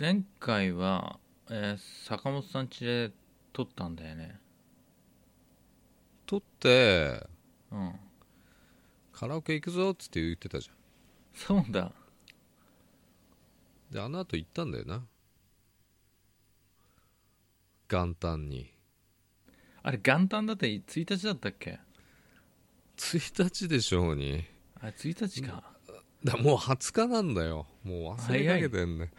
前回は、坂本さん家で撮ったんだよね。 撮ってうん。 カラオケ行くぞっつって言ってたじゃそうだ。 ん。であの後行ったんだよな、元旦に。 あれ元旦だって1日だったっけ？ 1日でしょうに。 あれ1日か。 もう20日なんだよ。もう忘れかけてんね。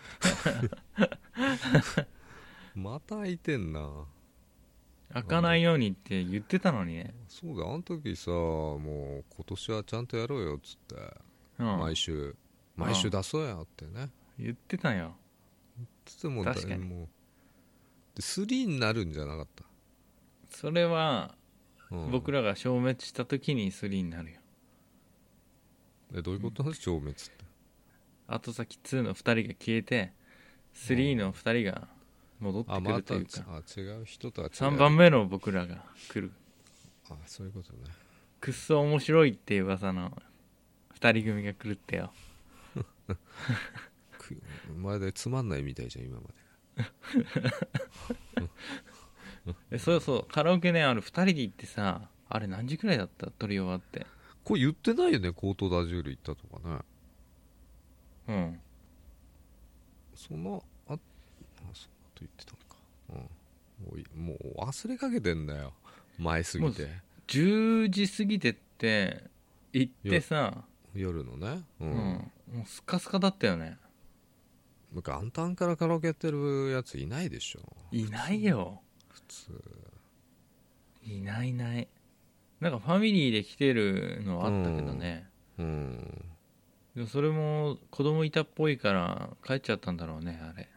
また空いてんな。 開かないようにって言ってたのにね。 そうだ、あの時さ、もう今年はちゃんとやろうよっつって、 うん。 毎週毎週出そうやってね。 言ってたよ。 つっても確かに。 もうで3になるんじゃなかった？ それは、 うん、 僕らが消滅した時に3になるよ。 どういうことなの、消滅って。 後先2の2人が消えて、3の2人が戻ってくるというか、 違う人とは違う。 3番目の僕らが来る。 そういうことね。 くっそ面白いっていう噂の2人組が来るってよ。 前でつまんないみたいじゃん今まで。 そうそう、カラオケね、あれ2人で行ってさ、あれ何時くらいだった？撮り終わって。 これ言ってないよね、コートダジュール行ったとかね。 うん。 そんなそんなと言ってたのか。もう忘れかけてんだよ、前すぎて。 10時過ぎてって行ってさ、 夜のね。 うん、もうスカスカだったよね。 元旦からカラオケやってるやついないでしょ。 いないよ。 普通。 いないいない。なんかファミリーで来てるのはあったけどね。でもそれも子供いたっぽいから帰っちゃったんだろうね、あれ。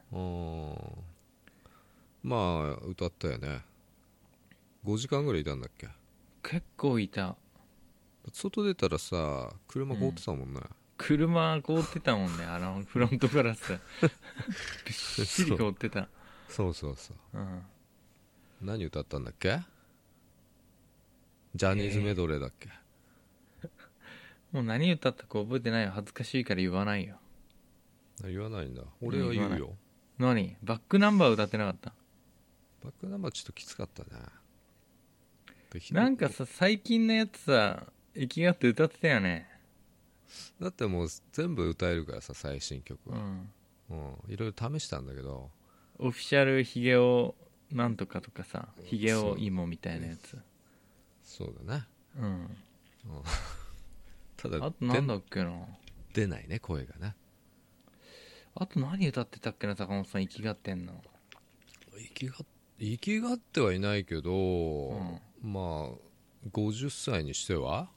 まあ歌ったよね。5時間ぐらいいたんだっけ。 結構いた。 外出たらさ、車凍ってたもんね。 車凍ってたもんね、フロントガラスびっしり凍ってた。 そうそうそう。 うん。 何歌ったんだっけ。ジャニーズメドレーだっけ。 もう何歌ったか覚えてないよ。恥ずかしいから言わないよ。 言わないんだ。俺は言うよ。 何？バックナンバー歌ってなかった？ バックナンバーちょっときつかったね。 なんかさ、最近のやつさ、生きがって歌ってたよね。 だってもう全部歌えるからさ、最新曲は。 うん。 いろいろ試したんだけど。 オフィシャルヒゲオなんとかとかさ、ヒゲオイモみたいなやつ。 そうだね。 うん。 ただあとなんだっけな。 出ないね、声がね。 あと何歌ってたっけな、坂本さん、生きがってんの。 生きがってはいないけど、まあ50歳にしては、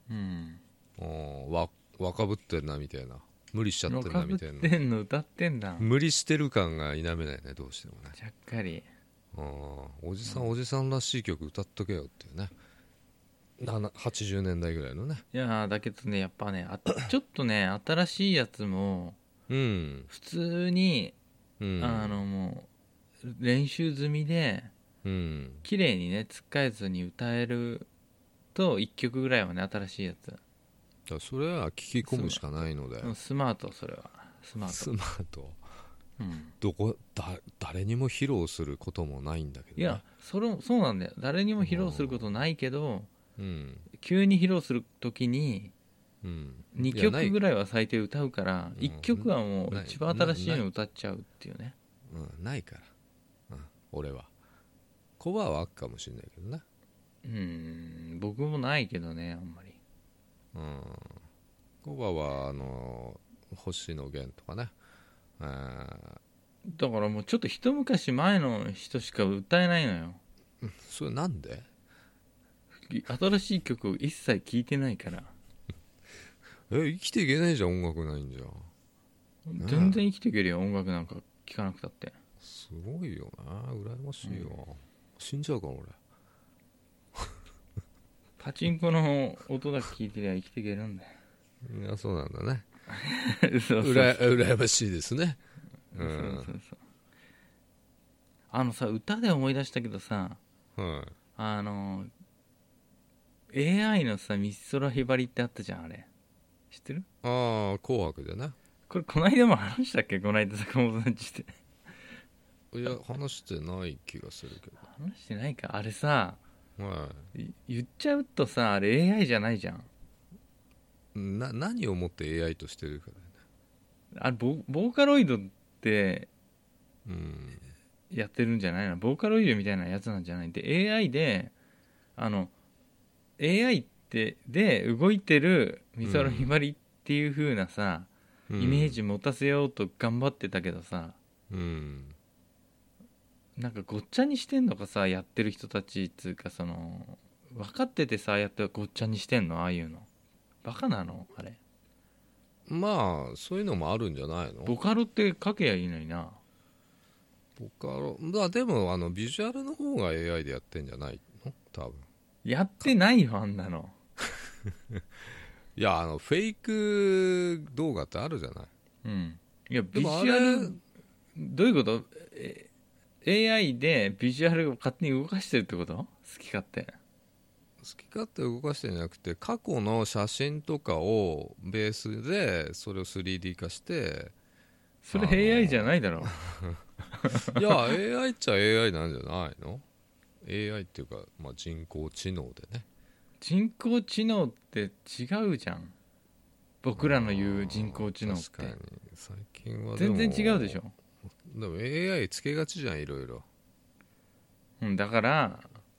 若ぶってんなみたいな、無理しちゃってんなみたいな、 若ぶってんの歌ってんだ。 無理してる感が否めないね、どうしてもね。 ちゃっかり。 おじさん、おじさんらしい曲歌っとけよっていうね。80年代ぐらいのね。 いやだけどね、やっぱね、ちょっとね、新しいやつも普通に、もう練習済みで、綺麗にね、つっかえずに歌えると1曲ぐらいはね、新しいやつ。 それは聞き込むしかないので。 スマート、それはスマート。 誰にも披露することもないんだけど、ね、 いや、そうなんだよ。誰にも披露することないけど、急に披露するときに2曲ぐらいは最低歌うから、1曲はもう一番新しいの歌っちゃうっていうね。 ないから、俺はコバはあっかもしれないけどね。 僕もないけどね、あんまり。 コバは星野源とかね。 だからもうちょっと一昔前の人しか歌えないのよ。 それなんで？ 新しい曲を一切聴いてないから。 生きていけないじゃん、音楽ないんじゃ。 全然生きていけるよ、音楽なんか聴かなくたって。 すごいよな、羨ましいよ。死んじゃうから俺。 パチンコの音だけ聞いてりゃ生きていけるんだよ。 いや、そうなんだね。 そう羨ましいですね。 そうさ、歌で思い出したけどさ、AI のさ、美空ひばりってあったじゃん、あれ知ってる？ 紅白でね。 これこないだも話したっけ？こないだ坂本さんちでいや話してない気がするけ話してないか。あれさ、 ど、は言っちゃうとさ、あれ AI じゃないじゃん。 何をもって AI としてるかだよね。 あれボーカロイドってうんやってるんじゃないの？ボーカロイドみたいなやつなんじゃないで AI で、あの AI ってで動いてる美空ひばりっていう風なさ、イメージ持たせようと頑張ってたけどさ、なんかごっちゃにしてんのかさ、やってる人たちっつうか、その分かっててさ、やってごっちゃにしてんの？ああいうのバカなのあれ。 まあそういうのもあるんじゃないの。 ボカロって書けやいいのにな。 ボカロでもビジュアルの方が AI でやってんじゃないの多分。 やってないよあんなの。 いやフェイク動画ってあるじゃない。 いやビジュアルどういうこと？AI でビジュアルを勝手に動かしてるってこと？好き勝手動かしてんじゃなくて、過去の写真とかをベースでそれを 3D 化して、 それ AI じゃないだろ。 いや AI っちゃ AI なんじゃないの。 AI っていうか、人工知能でね。 人工知能って違うじゃん。僕らの言う人工知能って。 確かに最近は全然違うでしょ。 でも AI つけがちじゃん、いろいろ。 だから、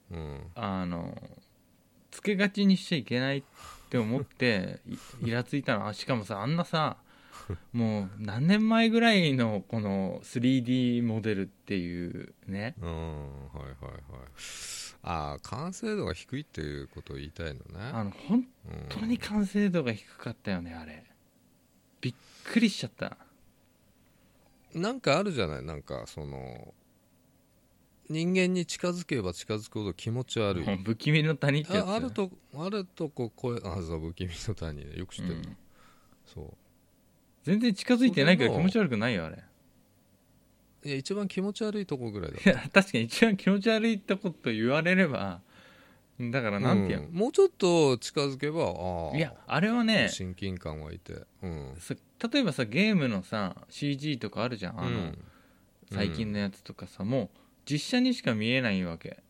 つけがちにしちゃいけないって思ってイラついたの。しかもさ、あんなさ、もう何年前ぐらいのこの 3D モデルっていうね。 はいはいはい。完成度が低いっていうことを言いたいのね。 本当に完成度が低かったよね、あれ。びっくりしちゃった。 なんかあるじゃない、なんかその人間に近づけば近づくほど気持ち悪い。 不気味の谷ってやつ。 あるとこ声、そう不気味の谷ね、よく知ってる、そう。 全然近づいてないから気持ち悪くないよあれ。 いや一番気持ち悪いとこぐらいだ。 いや確かに一番気持ち悪いとこと言われれば、だからなんていうの、 もうちょっと近づけばいやあれはね、 親近感湧いて、 例えばさゲームのさ CG とかあるじゃん、最近のやつとかさ、もう実写にしか見えないわけ。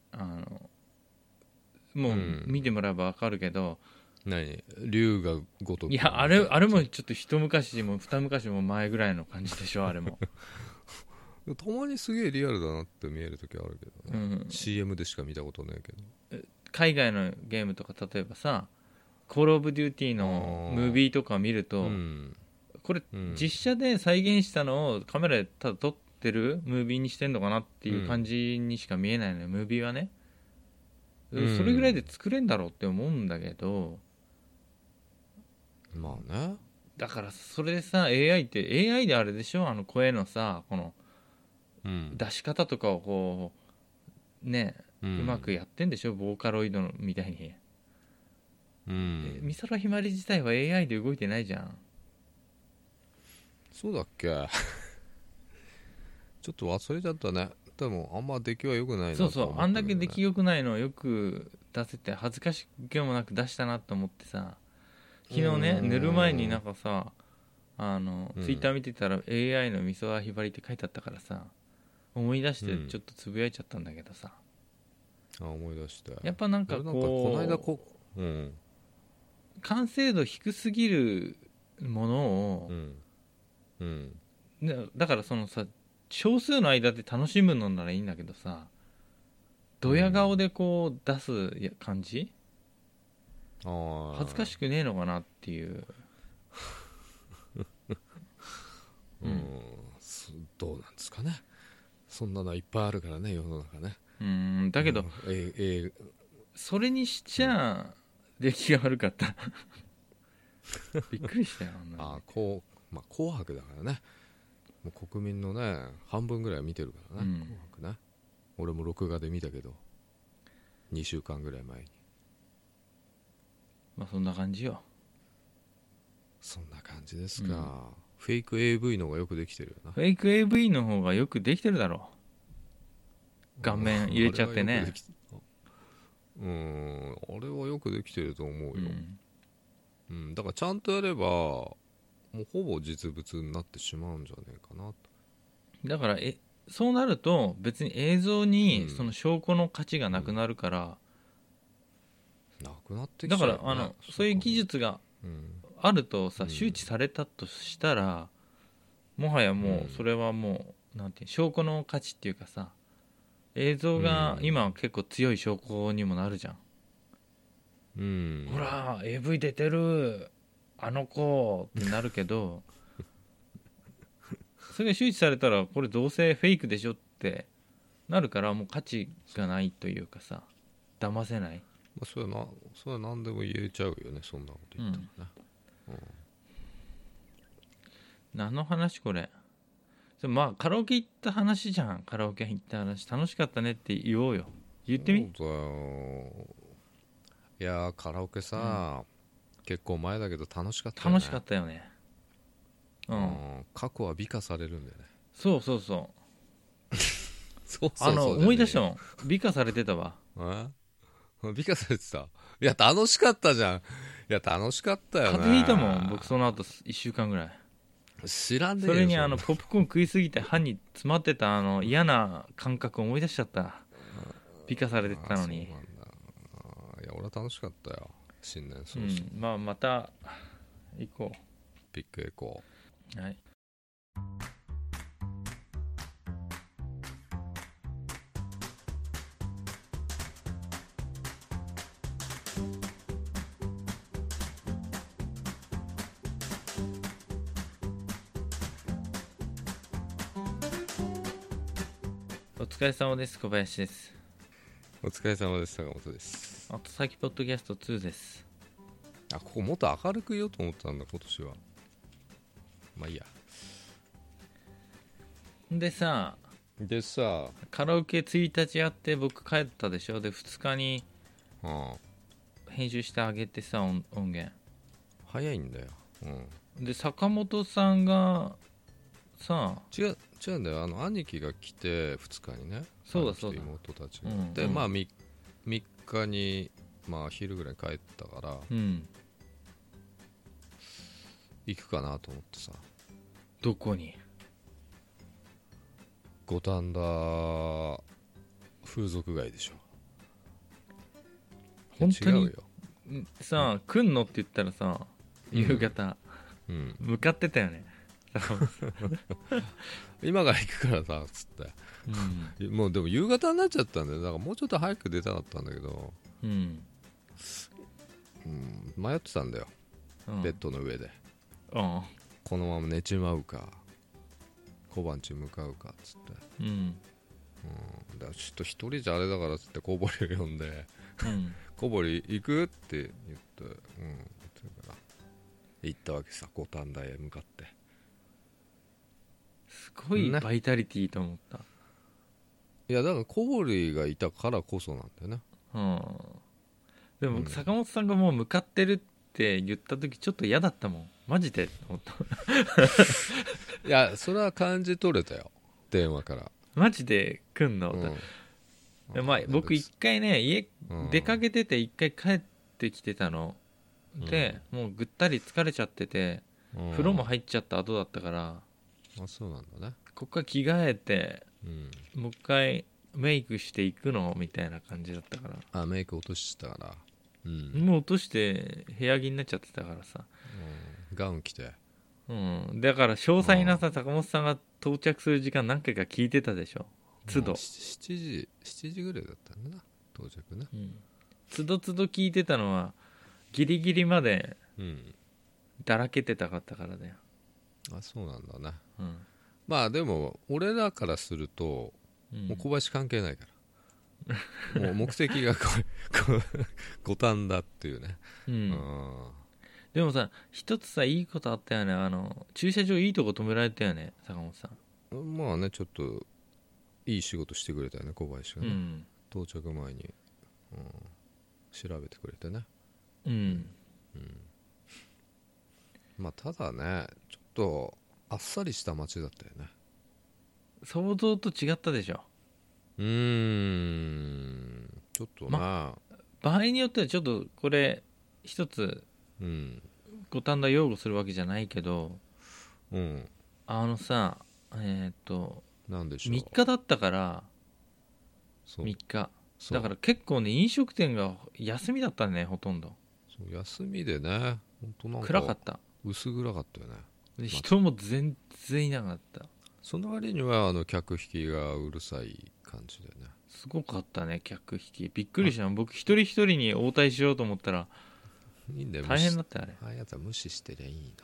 もう見てもらえば分かるけど、 何竜が如く。 いやあれもちょっと一昔も二昔も前ぐらいの感じでしょあれも。 たまにすげえリアルだなって見える時あるけどね、CM でしか見たことないけど。 海外のゲームとか例えばさコールオブデューティーのムービーとか見ると、これ実写で再現したのをカメラでただ撮ってるムービーにしてんのかなっていう感じにしか見えないのよ、ムービーはね。それぐらいで作れんだろうって思うんだけど、 まあね。 だからそれでさ AI って AI であれでしょ、声のさこの出し方とかをこうね、うまくやってんでしょ、ボーカロイドみたいに。美空ひばり自体は AI で動いてないじゃん。 そうだっけ。ちょっと忘れちゃったね。でもあんま出来は良くないなと思ったけどね。 そうあんだけ出来良くないのをよく出せて恥ずかしげもなく出したなと思ってさ、昨日ね寝る前になんかさツイッター見てたら AI の美空ひばりって書いてあったからさ、思い出してちょっとつぶやいちゃったんだけどさ、 思い出して、 やっぱなんかこの間完成度低すぎるものを、だからそのさ少数の間で楽しむのならいいんだけどさ、ドヤ顔でこう出す感じ、恥ずかしくねえのかなっていう。 どうなんですかね。そんなのいっぱいあるからね世の中ね。 だけど、それにしちゃ出来が悪かったびっくりしたよ。 紅白だからね、もう国民のね半分ぐらいは見てるからね、紅白ね。俺も録画で見たけど2週間ぐらい前に。 そんな感じよ。 そんな感じですか、フェイク AV の方がよくできてるよな。 フェイク AV の方がよくできてるだろう。顔面入れちゃってね。 あれはよくできてると思うよ、だからちゃんとやればもうほぼ実物になってしまうんじゃねえかなと。 だからそうなると別に映像にその証拠の価値がなくなるから、 なくなってきちゃうよね、 だからそういう技術があるとさ、周知されたとしたら、もはやもうそれはもうなんていう証拠の価値っていうかさ、映像が今は結構強い証拠にもなるじゃん。ほら AV 出てるあの子ってなるけどそれが周知されたらこれどうせフェイクでしょってなるから、もう価値がないというかさ、騙せない。 それは何でも言えちゃうよね、そんなこと言ったらね。 何の話これ。まあカラオケ行った話じゃん。カラオケ行った話楽しかったねって言おうよ。言ってみ。 そうだよ。いやカラオケさ、結構前だけど楽しかったよね。 楽しかったよね。 過去は美化されるんだよね。 そう思い出したもん。美化されてたわ。 美化されてた。いや楽しかったじゃん。いや楽しかったよね。 風邪ひいたもん僕、その後1週間ぐらい。 知らんでよ。 それにポップコーン食いすぎて歯に詰まってた嫌な感覚を思い出しちゃった。美化されてたのに。 いや俺は楽しかったよ、新年早ま 々。 た行こう。 ビッグエコー。はい。お疲れ様です。小林です。 お疲れ様です。坂本です。 後先ポッドキャスト2です。 ここもっと明るく言おうと思ったんだ今年は。まあいいや。でさカラオケ1日やって僕帰ったでしょ。で2日に編集してあげてさ、音源早いんだよ。 で坂本さんがさ、 違うんだよ。兄貴が来て2日にね。 そうだ妹たちが、でまあ 3日に昼ぐらい帰ったから、行くかなと思ってさ。 どこに？ 五反田風俗街でしょ。 本当に違うよさ、来んのって言ったらさ、夕方、向かってたよね。 今から行くからさつって、もうでも夕方になっちゃったんだよ。だからもうちょっと早く出たかったんだけど、迷ってたんだよ、ベッドの上で。このまま寝ちまうか小判地向かうかっつって、だからちょっと一人じゃあれだからっつって小堀を呼んで、小堀行くって言って、行ったわけさ、五反田へ向かって。 すごいバイタリティと思った、 いやだから小堀がいたからこそなんだよね。 でも坂本さんがもう向かってるって言った時ちょっと嫌だったもん。マジで思ったいやそれは感じ取れたよ、電話から。 マジで来んの、僕一回ね家出かけてて一回帰ってきてたので、もうぐったり疲れちゃってて、風呂も入っちゃった後だったから、 そうなんだね。 ここから着替えて、もう一回メイクしていくのみたいな感じだったから。 メイク落としたから、 もう落として部屋着になっちゃってたからさ、 ガウン着て、 だから詳細なさ、坂本さんが到着する時間何回か聞いてたでしょ。都度 7時ぐらいだったんだな、到着ね。 都度聞いてたのはギリギリまでだらけてたかったからだよ。 そうなんだね。でも俺らからすると、もう小林関係ないからもう目的が五反田っていうね。でもさ、一つさいいことあったよね。駐車場いいとこ止められたよね、坂本さん。 ちょっといい仕事してくれたよね、小林がね。到着前に、調べてくれてね。ただね、ちょっとあっさりした街だったよね。 想像と違ったでしょ。 ちょっと場合によってはちょっとこれ一つ五反田擁護するわけじゃないけど、 なんでしょう、 3日だったから。3日だから結構ね、飲食店が休みだったね、ほとんど。 そう休みでね、ほんとなんか暗かった、 薄暗かったよね。 で人も全然いなかった。 その割には客引きがうるさい感じだよね。 すごかったね、客引き。びっくりした。僕一人一人に応対しようと思ったらいいんだよ、 大変だった。あれ、 ああいうやつは無視してりゃいい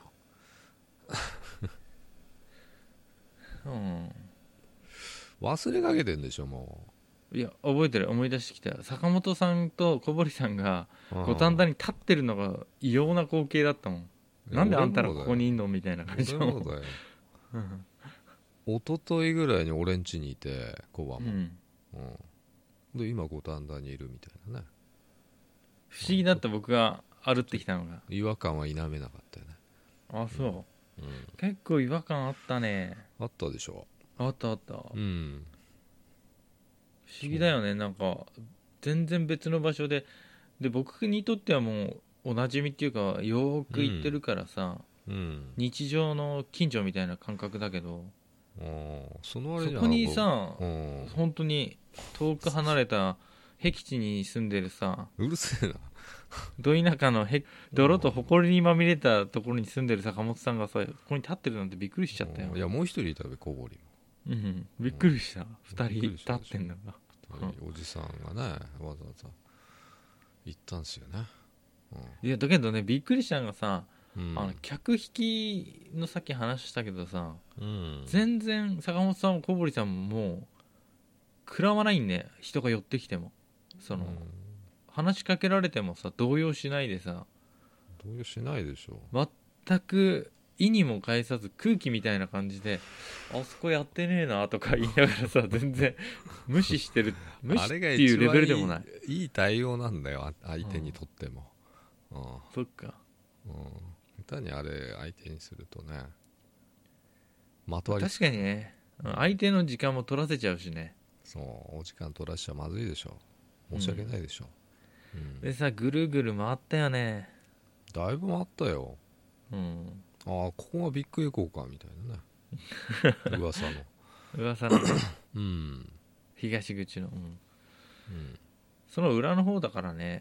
のうん、 忘れかけてんでしょもう。いや覚えてる、思い出してきた。坂本さんと小堀さんが五反田に立ってるのが異様な光景だったもん。なんであんたらここにいんのみたいな感じの。 そうだよ一昨日ぐらいに俺ん家にいてコバも、で今五反田にいるみたいなね。 不思議だった。僕が歩ってきたのが違和感は否めなかったよね。 あ、そう、結構違和感あったね。 あったでしょ。 あった。不思議だよね。なんか全然別の場所で僕にとってはもうおなじみっていうか、よく行ってるからさ、日常の近所みたいな感覚だけど、そこにさ、本当に遠く離れた僻地に住んでるさ、 うるせえなど田舎の泥と埃にまみれたところに住んでる坂本さんがさ、ここに立ってるなんてびっくりしちゃったよ。 いや、もう一人いたべ、小堀も。 びっくりした。2人立ってんだが、 おじさんがね、わざわざ行ったんですよね。 いやだけどね、びっくりしたのがさ、客引きのさっき話したけどさ、全然坂本さんも小堀さんも食らわないんね。人が寄ってきても話しかけられてもさ、動揺しないでさ。 動揺しないでしょ。 全く意にも介さず空気みたいな感じで、あそこやってねえなとか言いながらさ、全然無視してる。無視っていうレベルでもない。 いい対応なんだよ、相手にとっても。 そっか。 下手にあれ相手にするとね、 確かにね、相手の時間も取らせちゃうしね。 そう、お時間取らしちゃまずいでしょ。申し訳ないでしょ。 でさ、ぐるぐる回ったよね。 だいぶ回ったよ。ここがビッグエコーかみたいなね。噂の東口の、その裏の方だからね。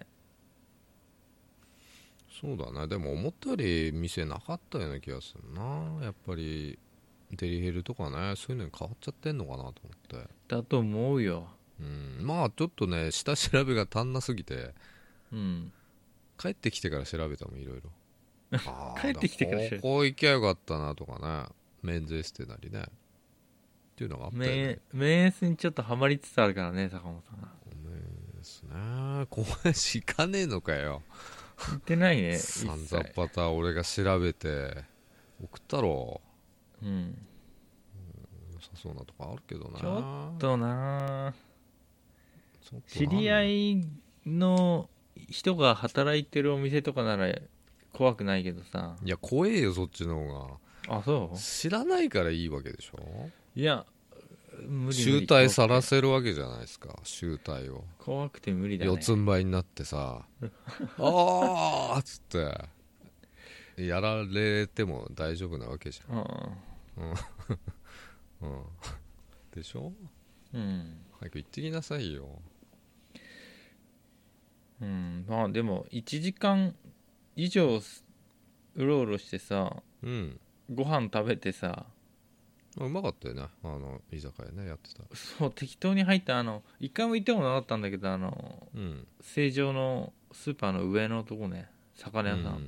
そうだね。でも思ったより店なかったような気がするな。やっぱりデリヘルとかね、そういうのに変わっちゃってんのかなと思って。 だと思うよ。 まあちょっとね、下調べが足んなすぎて、帰ってきてから調べたもん、いろいろ。 帰ってきてからここ行きゃよかったなとかね、メンズエステなりねっていうのがあったよね。 メンエスにちょっとハマりつつあるからね、坂本さんが。 メンエスね、小林行かねえのかよ。 行ってないね。 さんざっぱた俺が調べて送ったろ。良さそうなとこあるけどな。 ちょっとな、知り合いの人が働いてるお店とかなら怖くないけどさ。 いや、怖えよ、そっちの方が。 あ、そう。 知らないからいいわけでしょ。 いや、無理。 醜態さらせるわけじゃないですか、醜態を。 怖くて無理だね。 四つん這いになってさあーっつってやられても大丈夫なわけじゃん。でしょ。早く行ってきなさいよ。 まあでも1時間以上うろうろしてさ、ご飯食べてさ、 うまかったよね、居酒屋ね、やってた。 そう、適当に入った一回も行ったことなかったんだけど、成城のスーパーの上のとこね、魚屋さん、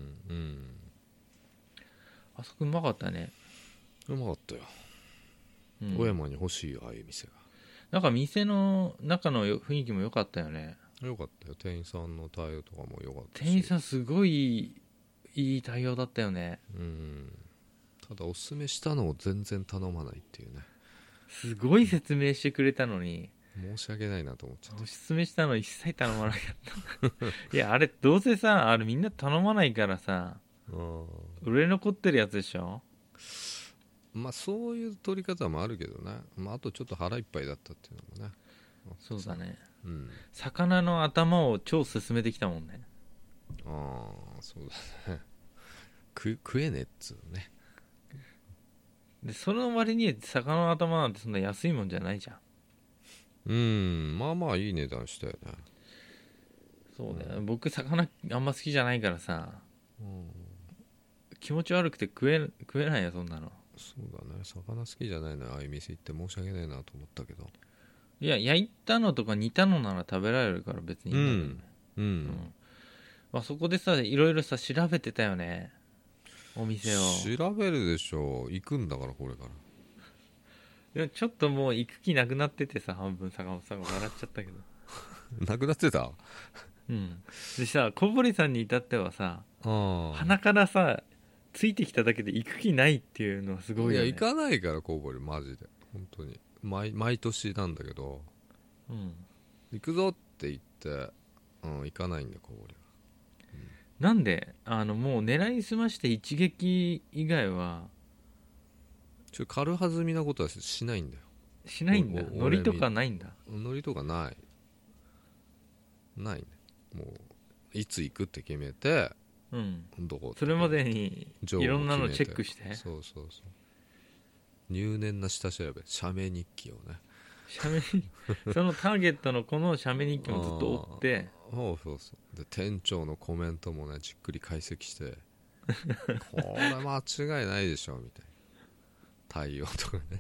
あそこうまかったね。 うまかったよ、小山に欲しいよ、ああいう店が。 なんか店の中の雰囲気も良かったよね。 良かったよ、店員さんの対応とかも良かったし。 店員さんすごいいい対応だったよね。 ただおすすめしたのを全然頼まないっていうね。 すごい説明してくれたのに申し訳ないなと思っちゃった。 おすすめしたの一切頼まなかったいや、あれどうせさ、あれみんな頼まないからさ、売れ残ってるやつでしょ。 まあそういう取り方もあるけどね、あとちょっと腹いっぱいだったっていうのもね。 そうだね、魚の頭を超進めてきたもんね。 そうだね食えねえっつうね。 でその割に魚の頭なんてそんな安いもんじゃないじゃん。まあまあいい値段したよね。 そうだよ、僕魚あんま好きじゃないからさ、気持ち悪くて食えないよそんなの。 そうだね、魚好きじゃないのああいう店行って申し訳ないなと思ったけど。 いや、焼いたのとか煮たのなら食べられるから別にいいんだけどね。まあ、そこでさいろいろさ調べてたよね、お店を。 調べるでしょ、行くんだからこれから。 でもちょっともう行く気なくなっててさ、半分坂本さんが笑っちゃったけどなくなってた。 でさ、小堀さんに至ってはさ、鼻からさついてきただけで行く気ないっていうのはすごいよね。 いや行かないから小堀マジで本当に毎年なんだけど、行くぞって言って、行かないんだ小堀は。 なんでもう狙いすまして一撃以外は軽はずみなことはしないんだよ。 しないんだ。ノリとかないんだ。 ノリとかないね。もういつ行くって決めて、どこそれまでにいろんなのチェックして。 そう入念な下調べ、写メ日記をねそのターゲットのこの写メ日記もずっと追ってそうで店長のコメントもねじっくり解析してこれ間違いないでしょみたいな対応とかね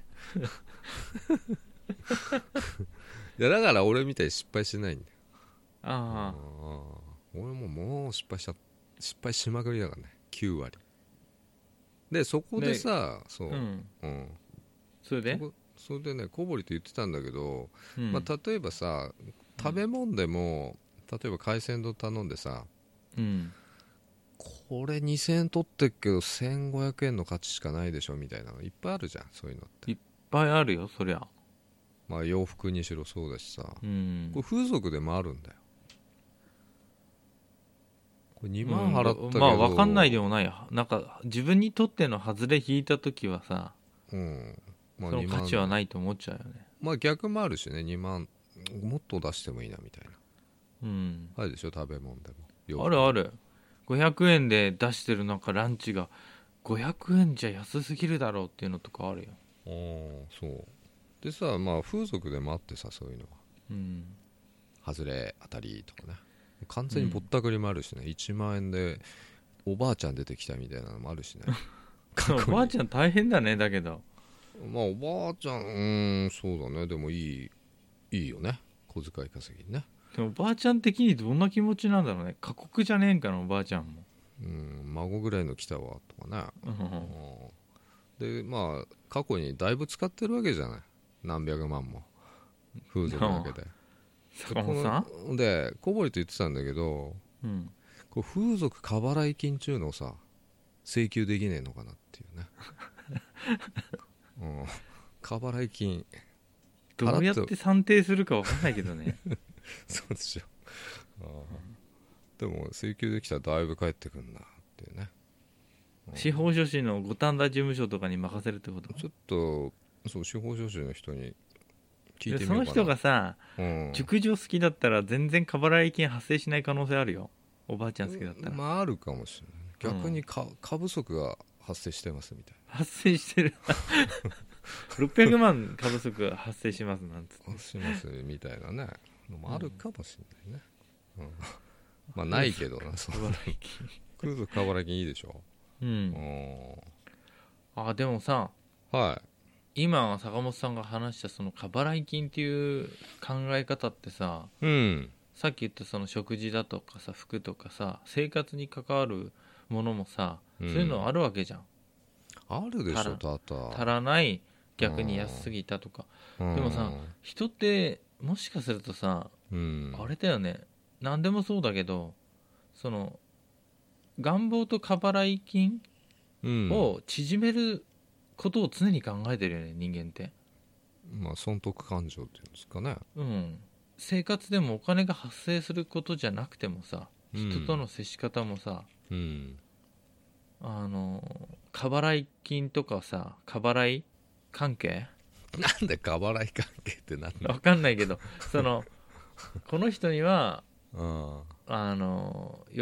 いやだから俺みたいに失敗しないんだよ。俺もう失敗しまくりだからね、9割で。そこでさ、それでね小堀と言ってたんだけど、例えばさ食べ物でも、例えば海鮮丼頼んでさ、これ2000円取ってっけど1500円の価値しかないでしょみたいなのいっぱいあるじゃん。そういうのっていっぱいあるよそりゃ。 まあ洋服にしろそうだしさ、これ風俗でもあるんだよ。これ2万払ったけど、 まあ分かんないでもないよ。なんか自分にとっての外れ引いた時はさ、その価値はないと思っちゃうよね。 まあ逆もあるしね、2万もっと出してもいいなみたいな、あるでしょ食べ物でも。 ある500円で出してるなんかランチが500円じゃ安すぎるだろうっていうのとかあるよ。 そうでさ、まあ風俗でもあってさ、そういうのは、外れ当たりとかね、完全にぼったくりもあるしね、1万円でおばあちゃん出てきたみたいなのもあるしねおばあちゃん大変だね。だけどまあおばあちゃんそうだね。でもいいよね、小遣い稼ぎね。 でもおばあちゃん的にどんな気持ちなんだろうね。過酷じゃねえんかなおばあちゃんも。 孫ぐらいの来たわとかね、でまあ過去にだいぶ使ってるわけじゃない、何百万も風俗だけで。 坂本さんで小堀と言ってたんだけど、こう風俗過払い金中のさ請求できねえのかなっていうね過払い金どうやって算定するか分かんないけどねそうでしょ。でも請求できたらだいぶ返ってくんなっていうね。 司法書士の五反田事務所とかに任せるってこと。 ちょっとそう司法書士の人に聞いてみようかな。 その人がさ、熟女好きだったら全然過払い金発生しない可能性あるよ。おばあちゃん好きだったら。 まああるかもしれない。逆に過不足が発生してますみたいな。 発生してる600万過不足が発生しますなんつってしますみたいなねのもあるかもしれないね、まあないけどなその空賊過払い金いいでしょ。 でもさ、今坂本さんが話したその過払い金っていう考え方ってさ、さっき言ったその食事だとかさ服とかさ生活に関わるものもさ、そういうのあるわけじゃん。 あるでしょ。 足らない、逆に安すぎたとか。でもさ、人ってもしかするとさ、あれだよね、何でもそうだけど、その願望と過払い金を縮めることを常に考えてるよね、人間って。 まあ損得感情っていうんですかね。 生活でもお金が発生することじゃなくてもさ、人との接し方もさ、過払い金とかさ、過払い関係なんで過払い関係ってなんだ分かんないけどそのこの人には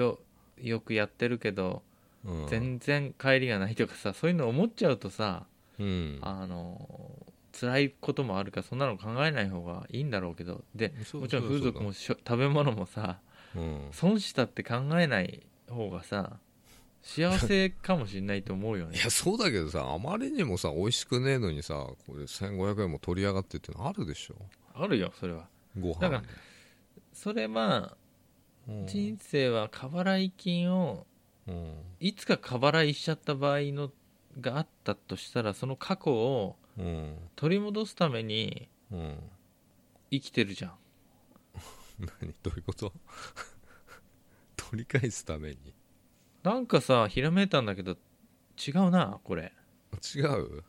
よくやってるけど、全然帰りがないとかさ、そういうの思っちゃうとさ、 うん、 辛いこともあるからそんなの考えない方がいいんだろうけど、でもちろん風俗も食べ物もさ、 うん、 損したって考えない方がさ幸せかもしれないと思うよね。 いやそうだけどさ、あまりにもさ美味しくねえのにさ、これ1500円も取り上がってってのあるでしょ。 あるよそれは。 ご飯だからそれは、人生は過払い金をいつか過払いしちゃった場合のがあったとしたら、その過去を取り戻すために生きてるじゃん。 何どういうこと取り返すために。 なんかさひらめいたんだけど違うなこれ。 違う、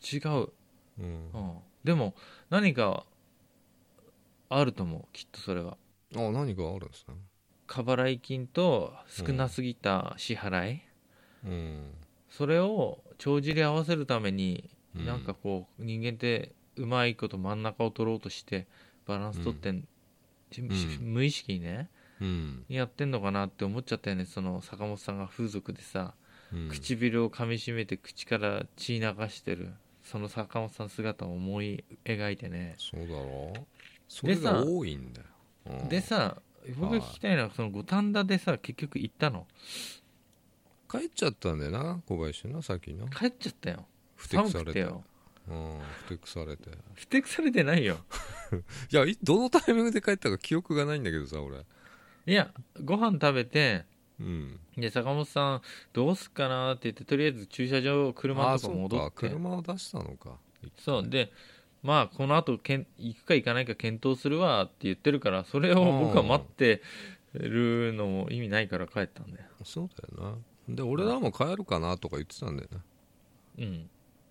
でも何かあると思う、きっとそれは。 何かあるんですね。 過払い金と少なすぎた支払い、それを帳尻合わせるために、なんかこう人間ってうまいこと真ん中を取ろうとしてバランス取って、無意識にね、やってんのかなって思っちゃったよね。その坂本さんが風俗でさ、唇を噛みしめて口から血流してるその坂本さん姿を思い描いてね。 そうだろう、それが多いんだよ。 でさ、僕が聞きたいのは、その五反田でさ結局行ったの？ 帰っちゃったんだよな小林な、先にな。 帰っちゃったよ。 ふてくされてよ。 ふてくされてふてくされてないよいやどのタイミングで帰ったか記憶がないんだけどさ俺。 いやご飯食べて、 で坂本さんどうすっかなって言って、とりあえず駐車場車とか戻って、 車を出したのか。 そうで、まあこの後行くか行かないか検討するわって言ってるから、それを僕は待ってるのも意味ないから帰ったんだよ。 そうだよな。で俺らも帰るかなとか言ってたんだよね。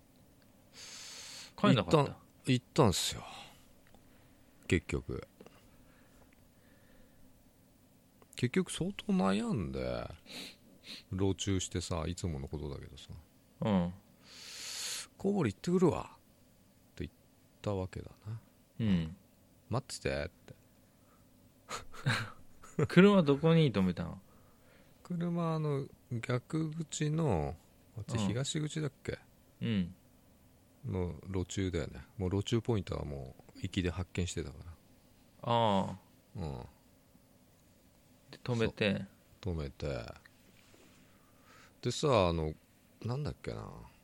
帰んなかった。 行ったんすよ結局相当悩んで路駐してさ、いつものことだけどさ、小堀行ってくるわって言ったわけだな。待っててって車どこに止めたの？ 車逆口の東口だっけ、の路駐だよね。もう路駐ポイントはもう行きで発見してたから。 で止めてでさ、なんだっけな、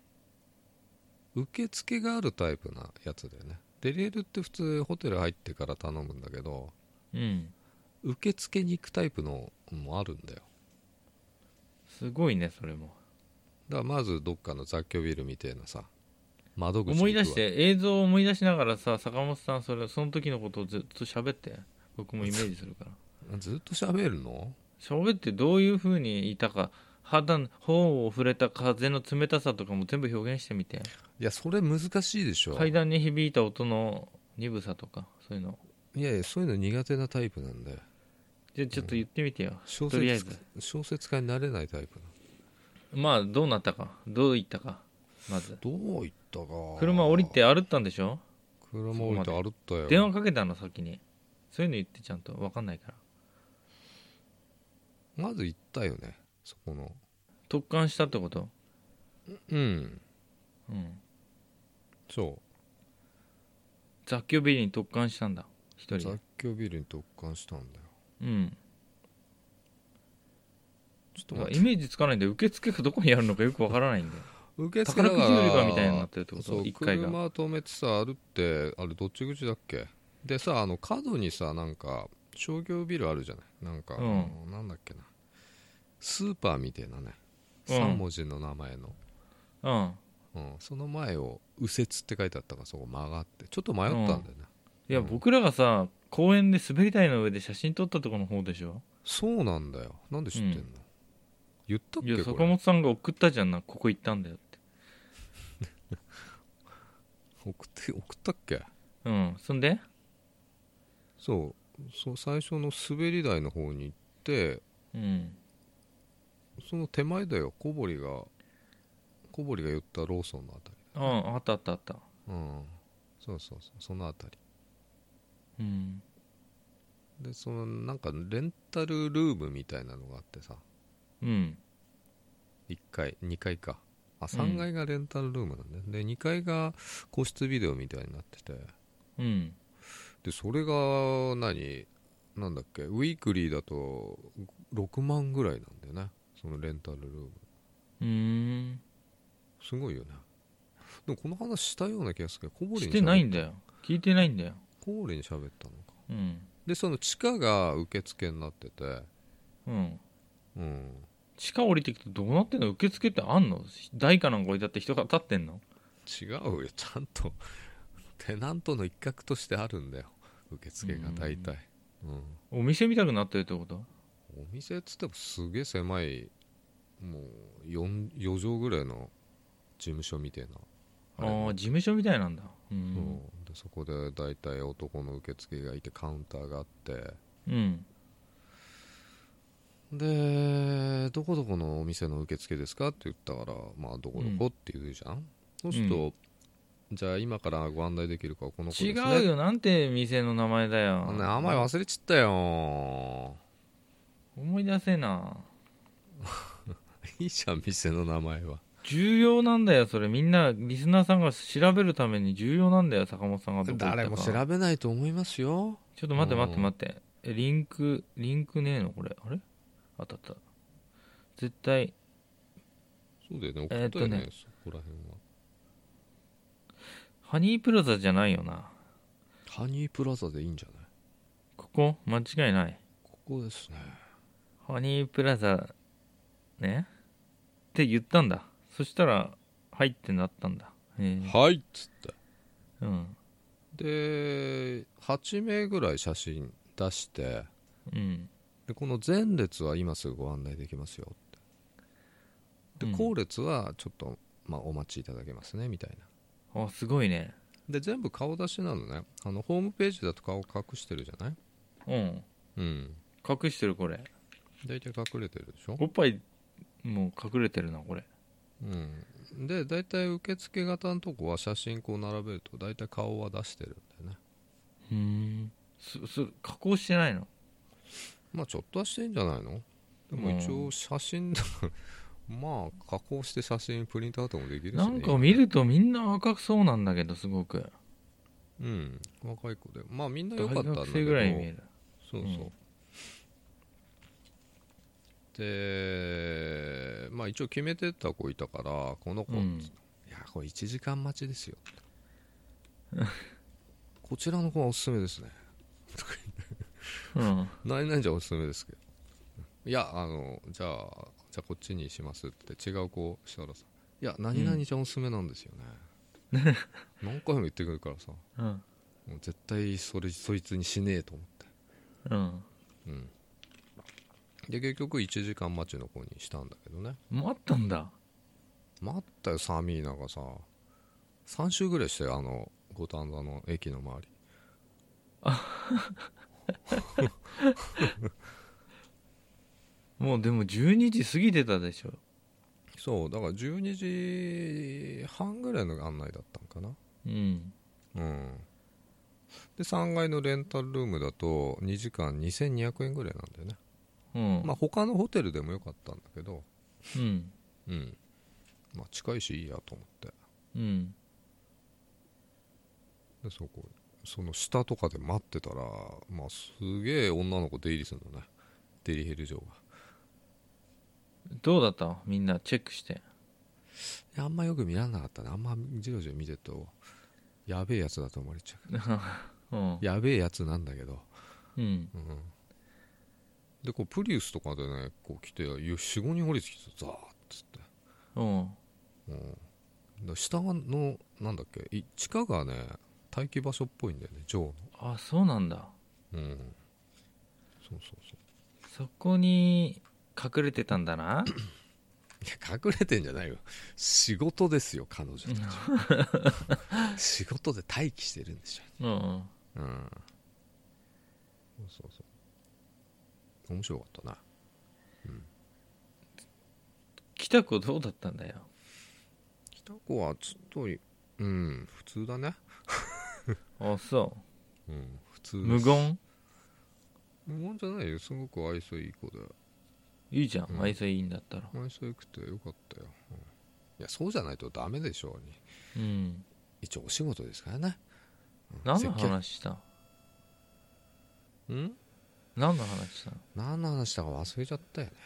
受付があるタイプなやつだよね。デリエルって普通ホテル入ってから頼むんだけど、受付に行くタイプのもあるんだよ。 すごいねそれも。 だからまずどっかの雑居ビルみたいなさ窓口思い出して、映像を思い出しながらさ、坂本さんその時のことをずっと喋って、僕もイメージするからずっと喋るの？ 喋ってどういう風にいたか、頬を触れた風の冷たさとかも全部表現してみて。 いやそれ難しいでしょ。 階段に響いた音の鈍さとかそういうの。 いやそういうの苦手なタイプなんだよ。 じゃあちょっと言ってみてよ、とりあえず。 小説家になれないタイプ。 まあどうなったか、どういったか。まずどういったか。 車降りて歩ったんでしょ？ 車降りて歩ったよ。 電話かけたの先に。そういうの言ってちゃんと分かんないから。 まず行ったよね、そこの。 特貫したってこと？ そう。 雑居ビルに特貫したんだ、一人。 雑居ビルに特貫したんだよ。 ちょっとイメージつかないんで、受付がどこにあるのかよくわからないんで。 受付が宝くじ売り場みたいになってるってこと？ そう、 1階が車止めてさ、歩って、あれどっち口だっけでさ、角にさ、なんか商業ビルあるじゃない、なんか、なんだっけな、スーパーみたいなね、3文字の名前の、その前を右折って書いてあったから、そこ曲がってちょっと迷ったんだよね。 いや、僕らがさ公園で滑り台の上で写真撮ったところの方でしょ。 そうなんだよ。なんで知ってんの？言ったっけ？いや坂本さんが送ったじゃんな、ここ行ったんだよって送ったっけ？ そんでそう最初の滑り台の方に行って、その手前だよ、小堀が言ったローソンのあたり。 あったそうそのあたり。でそのなんかレンタルルームみたいなのがあってさ、1階2階か 3階がレンタルルームなんだよ、で2階が個室ビデオみたいになってて、でそれがなんだっけ、ウィークリーだと6万ぐらいなんだよね、そのレンタルルーム。すごいよね。でもこの話したような気がするけど、小堀にしてないんだよ、聞いてないんだよ。 小堀に喋ったのか。でその地下が受付になってて、 地下降りてきてどうなってんの？受付ってあんの？台かなんか置いてあって人が立ってんの？ 違うよ、ちゃんとテナントの一角としてあるんだよ、受付が大体。 お店見たくなってるってこと？ お店っつってもすげえ狭い、もう 4畳ぐらいの事務所みたいな。 事務所みたいなんだ。 でそこで大体男の受付がいてカウンターがあって、でどこどこのお店の受付ですかって言ったから、まあどこどこって言うじゃん、そうすると、じゃあ今からご案内できるかこの子ですね。 違うよ、なんて店の名前だよ。 名前忘れちったよ。 思い出せな。 いいじゃん、店の名前は。 重要なんだよそれ、みんなリスナーさんが調べるために重要なんだよ、坂本さんがどこ行ったか。 誰も調べないと思いますよ。 ちょっと待ってリンクねえのこれ？あれあった絶対。 そうだよね、送ったよね、そこら辺は。 ハニープラザじゃないよな。 ハニープラザでいいんじゃない？ ここ間違いない。 ここですね。 ハニープラザねって言ったんだ。そしたらはいってなったんだ。 はいっつって、 で 8名ぐらい写真出して、でこの前列は今すぐご案内できますよって、で後列はちょっと、お待ちいただけますねみたいな。あ、すごいね。 で全部顔出しなのね。ホームページだと顔隠してるじゃない？ 隠してる。これ大体隠れてるでしょ。 おっぱいもう隠れてるなこれ。 で大体受付型のとこは写真こう並べると大体顔は出してるんだよね。 加工してないの？ ちょっとはしてんじゃないの。でも一応写真加工して写真プリントアウトもできるしね。 なんか見るとみんな若そうなんだけど、すごく若い子でみんな良かったんだけど、大学生ぐらい見える。 そうで一応決めてた子いたから、この子、いやこれ1時間待ちですよこちらの子はおすすめですねとか言って何々じゃおすすめですけど、いやじゃあこっちにしますって違う子したらさ、いや何々じゃおすすめなんですよね、何回も言ってくるからさ、もう絶対そいつにしねえと思って、で結局1時間待ちの子にしたんだけどね。 待ったんだ。 待ったよ。サミーナがさ3周ぐらいしたよ、五反田の駅の周り。 もうでも12時過ぎてたでしょ。 そうだから12時半ぐらいの案内だったんかな。で3階のレンタルルームだと2時間2200円ぐらいなんだよね。他のホテルでもよかったんだけど、近いしいいやと思って、でその下とかで待ってたら、すげえ女の子出入りするのね、デリヘル嬢が。 どうだった？みんなチェックして。 あんまよく見らんなかったね。あんまじろじろ見てるとやべえやつだと思われちゃうやべえやつなんだけど、でこうプリウスとかでねこう来て 4,5 人降りてきてザーッつって、下のなんだっけ、地下がね待機場所っぽいんだよね、ジョーの。 あ、そうなんだ。 そうそこに隠れてたんだな。 いや隠れてんじゃないよ、仕事ですよ彼女たち仕事で待機してるんでしょ。そう面白かったな。 北子どうだったんだよ。 北子はちょっと普通だねあ、そう。 普通です。 無言じゃないよ、すごく愛想いい子で。 いいじゃん、愛想いいんだったら。 愛想よくてよかったよ。 いやそうじゃないとダメでしょうに、うん、一応お仕事ですからね。 何の話した？ 何の話したの？ 何の話したか忘れちゃったよね。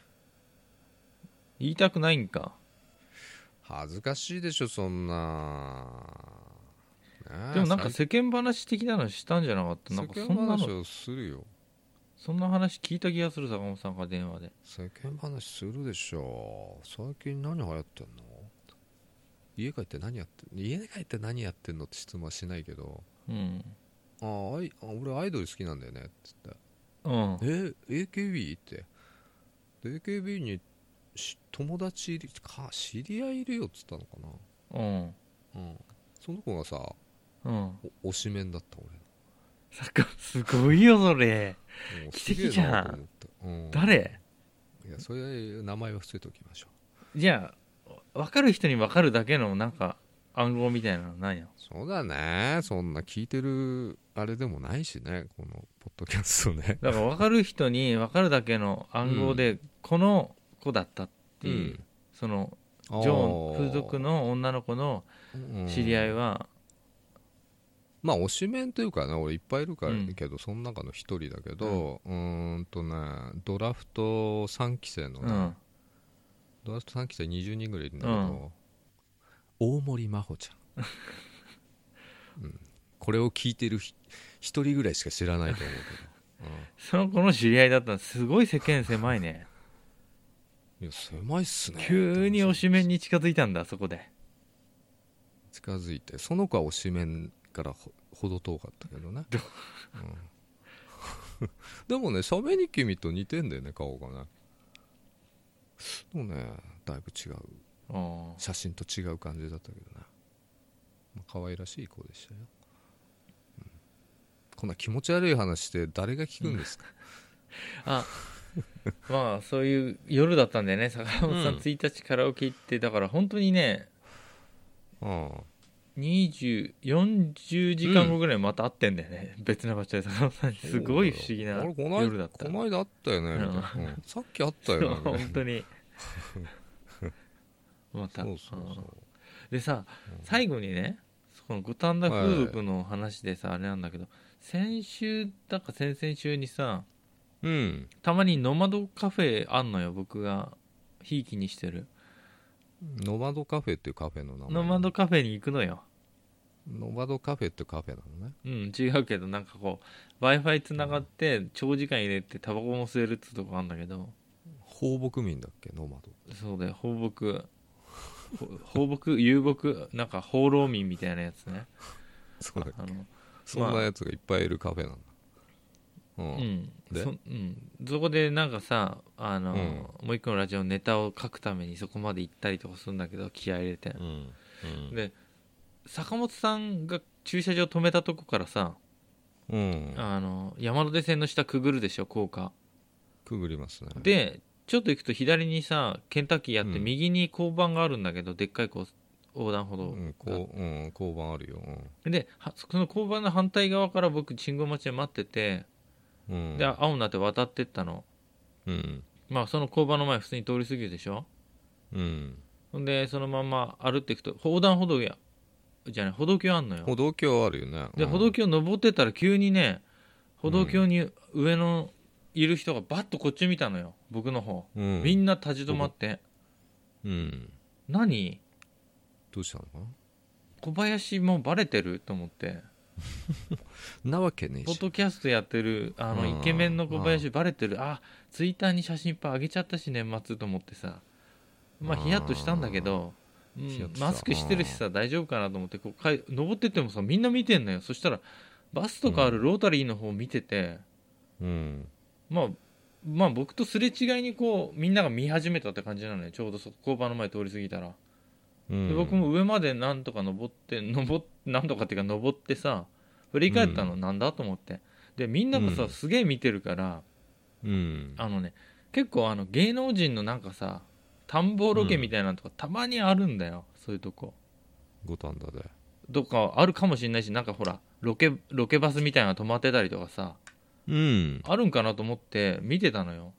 言いたくないんか。 恥ずかしいでしょそんな、 ね、でもなんか世間話的なのしたんじゃなかった？なんかそんなの世間話をするよ。 そんな話聞いた気がする。坂本さんが電話で世間話するでしょ。最近何流行ってんの？家帰って何やってんの？家に帰って何やってんのって質問はしないけど、うん、俺アイドル好きなんだよねって言って、うん、AKB って、AKB に友達知り合いいるよっつったのかな、うんうん、その子がさ、うん、推しメンだった俺。すごいよそれ。奇跡じゃん、うん、誰？ いやそれ名前は伏せておきましょう。じゃあ分かる人に分かるだけのなんか暗号みたいなのないの？ そうだね、そんな聞いてるあれでもないしね、このポッドキャストね。 だから分かる人に分かるだけの暗号で、うん、この子だったっていう、うん、そのジョン風俗の女の子の知り合いは、 まあ推しメンというかね、俺いっぱいいるからけど、その中の一人だけど、ドラフト3期生のね、ドラフト3期生20人ぐらいいるんだけど、大森真帆ちゃん、うん、これを聞いてる一人ぐらいしか知らないと思うけど、 その子の知り合いだったのすごい世間狭いね。 いや狭いっすね。 急に推しメンに近づいたんだ。そこで近づいて、その子は推しメンからほど遠かったけどね、うん、でもね喋り君と似てんだよね、顔がね。でもねだいぶ違う、写真と違う感じだったけどね、まあ、可愛らしい子でしたよ、うん、こんな気持ち悪い話して誰が聞くんですか、 あまあそういう夜だったんだよね。坂本さん1日カラオケ行って、だから本当にね、40時間後ぐらいまた会ってんだよね、別な場所で。坂本さんにすごい不思議な夜だった。 この間会ったよねみたいな、さっき会ったよね本当にまたそうでさ、最後にね、この五反田風俗の話でさ、あれなんだけど、先週だか先々週にさ、うん、たまにノマドカフェあんのよ、僕がひいきにしてる。 ノマドカフェっていうカフェの名前。 ノマドカフェに行くのよ。 ノマドカフェってカフェなのね。 うん、違うけど、なんかこう Wi-Fi つながって長時間入れてタバコも吸えるってとこあるんだけど。 放牧民だっけ、ノマド。 そうだよ、放牧遊牧、なんか放浪民みたいなやつね。 そうだっけ、そんなやつがいっぱいいるカフェなんだ。 そこでなんかさ、もう一個のラジオのネタを書くためにそこまで行ったりとかするんだけど、気合い入れて、で坂本さんが駐車場止めたとこからさ、山手線の下くぐるでしょ、高架くぐりますね。 でちょっと行くと左にさケンタッキーやって、右に交番があるんだけど、でっかいこう横断歩道が、交番あるよ、 でその交番の反対側から僕信号待ちで待ってて、で青になって渡ってったの、まあその交番の前普通に通り過ぎるでしょ、でそのまま歩っていくと横断歩道じゃない歩道橋あんのよ。 歩道橋あるよね、 で歩道橋登ってたら急にね、歩道橋に上のいる人がバッとこっち見たのよ、僕の方、みんな立ち止まって、何どうしたのかな、 小林もうバレてると思ってなわけねえし、 ポッドキャストやってるイケメンの小林バレてる、ツイッターに写真いっぱい上げちゃったし年末と思ってさ、まあヒヤッとしたんだけど、マスクしてるしさ大丈夫かなと思ってこう登ってってもさみんな見てんのよ。そしたらバスとかあるロータリーの方見てて、まあ僕とすれ違いにこうみんなが見始めたって感じなのよ、ちょうど交番の前通り過ぎたら、で僕も上までなんとかなんとかっていうか登ってさ振り返ったの、なんだと思って、でみんながさ、すげえ見てるから、結構芸能人のなんかさ田んぼロケみたいなのとかたまにあるんだよ、そういうとこ五反田でどっかあるかもしれないし、なんかほらロケバスみたいなの止まってたりとかさ、あるんかなと思って見てたのよ。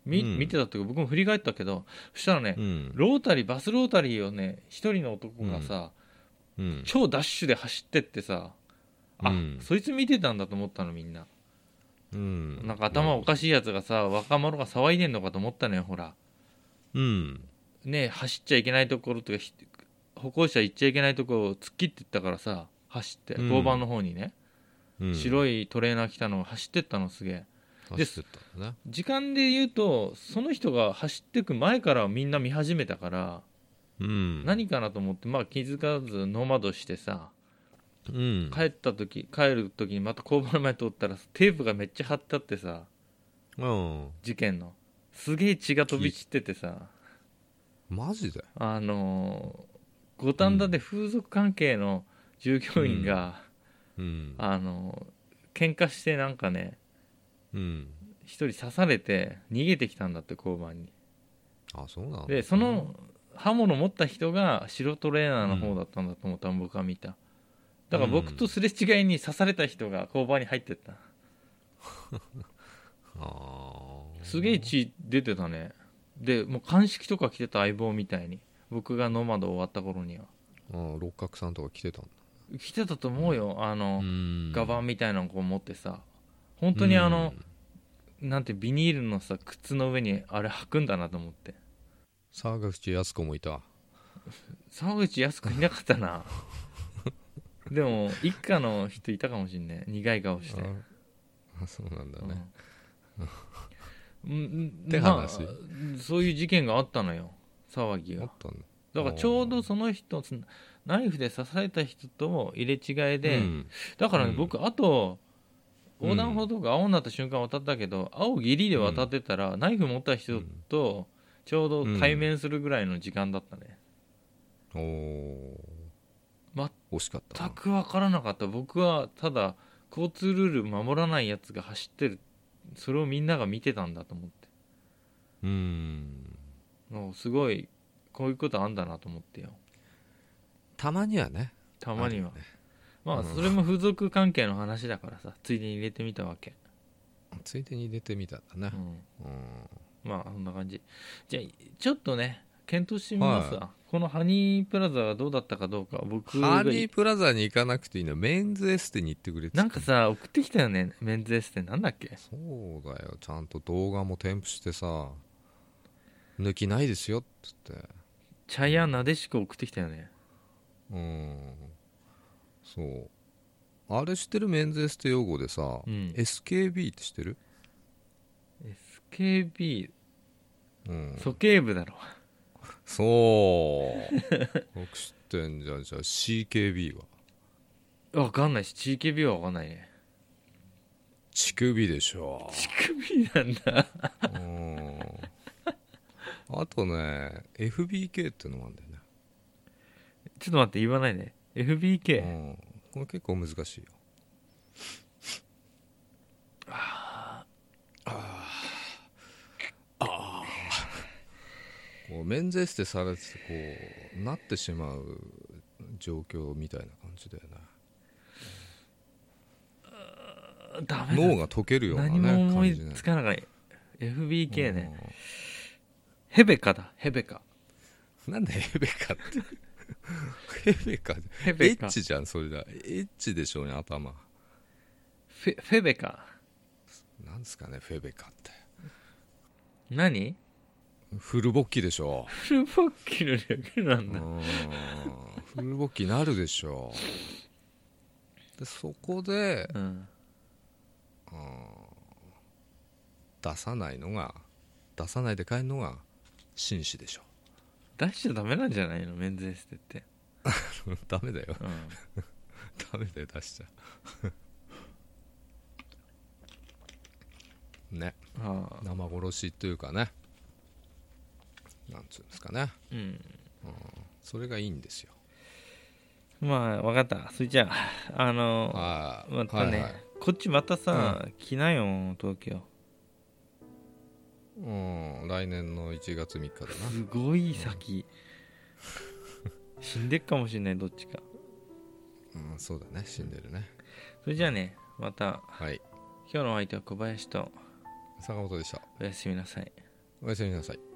見てたっていうか僕も振り返ったけど、そしたらね、バスロータリーをね一人の男がさ、超ダッシュで走ってってさ、そいつ見てたんだと思ったのみんな。なんか頭おかしいやつがさ、若者が騒いでんのかと思ったのよほら。ね、走っちゃいけないところとか歩行者行っちゃいけないところを突っ切ってったからさ、走って交番の方にね、白いトレーナー来たのを走ってったのすげえ。で時間で言うとその人が走ってく前からみんな見始めたから、何かなと思って、気づかずノマドしてさ、帰る時にまた交番の前通ったらテープがめっちゃ貼ってあってさ、事件のすげえ血が飛び散っててさ、 マジで五反田で風俗関係の従業員が、喧嘩してなんかね、一人刺されて逃げてきたんだって交番に。 そうなんだ。 でその刃物持った人が白トレーナーの方だったんだと思ったの、僕は見た。だから僕とすれ違いに刺された人が交番に入ってったすげえ血出てたね。でもう鑑識とか来てた、相棒みたいに。僕がノマド終わった頃には六角さんとか来てたんだ。 来てたと思うよ。ガバンみたいなのこう持ってさ、本当になんてビニールのさ靴の上にあれ履くんだなと思って。 沢口靖子もいた。 沢口靖子いなかったなでも一家の人いたかもしんね。苦い顔して。 そうなんだね、 って話、そういう事件があったのよ、騒ぎが。だからちょうどその人、ナイフで刺された人と入れ違いで、だからね、僕あと横断歩道が青になった瞬間渡ったけど、青ギリで渡ってたら、ナイフ持った人とちょうど対面するぐらいの時間だったね。 惜しかったな。 全く分からなかった。僕はただ交通ルール守らないやつが走ってる、それをみんなが見てたんだと思って、すごいこういうことあんだなと思ってよ。 たまにはね。 たまには、それも風俗関係の話だからさ、ついでに入れてみたわけ。 ついでに入れてみたんだね。 そんな感じ。じゃあちょっとね検討してみますわ、このハニープラザがどうだったかどうか。僕ハニープラザに行かなくていいの、メンズエステに行ってくれって。 なんかさ送ってきたよね、メンズエステ。なんだっけ。 そうだよ、ちゃんと動画も添付してさ、抜きないですよっつって。 茶屋なでしこ送ってきたよね。 そう、あれ知ってる？メンズエステ用語でさ、SKB って知ってる？ SKB、鼠径部だろ。 そう僕知ってんじゃん。じゃあ CKB は分かんないし、 CKB は分かんないね。 乳首でしょ。 乳首なんだあとね FBK ってのもあるんだよね。 ちょっと待って、言わないね。 FBK、 これ結構難しいよ。こうメンズエステされててこうなってしまう状況みたいな感じだよね。 ダメだ、 脳が溶けるようなね、 何も思いつかなかった。 FBK ね、ヘベカだ、ヘベカ。 なんでヘベカってヘベカ、エッチじゃんそれだ。エッチでしょうね、頭。 フェベカなんですかね、フェベカって何？ フル勃起でしょ。 フル勃起の略なんだ。 フル勃起なるでしょ。でそこで、出さないで帰るのが紳士でしょ。 出しちゃダメなんじゃないの、メンズエステってダメだよ、ダメだよ、出しちゃね、生殺しというかね、なんつうんですかね、それがいいんですよ。 分かった。それじゃあまたね、こっちまたさ、来なよ東京。 来年の1月3日だな。 すごい先、死んでっかもしれない、どっちか。 そうだね、死んでるね。 それじゃあね、また、 はい、 今日のお相手は小林と坂本でした。 おやすみなさい。 おやすみなさい。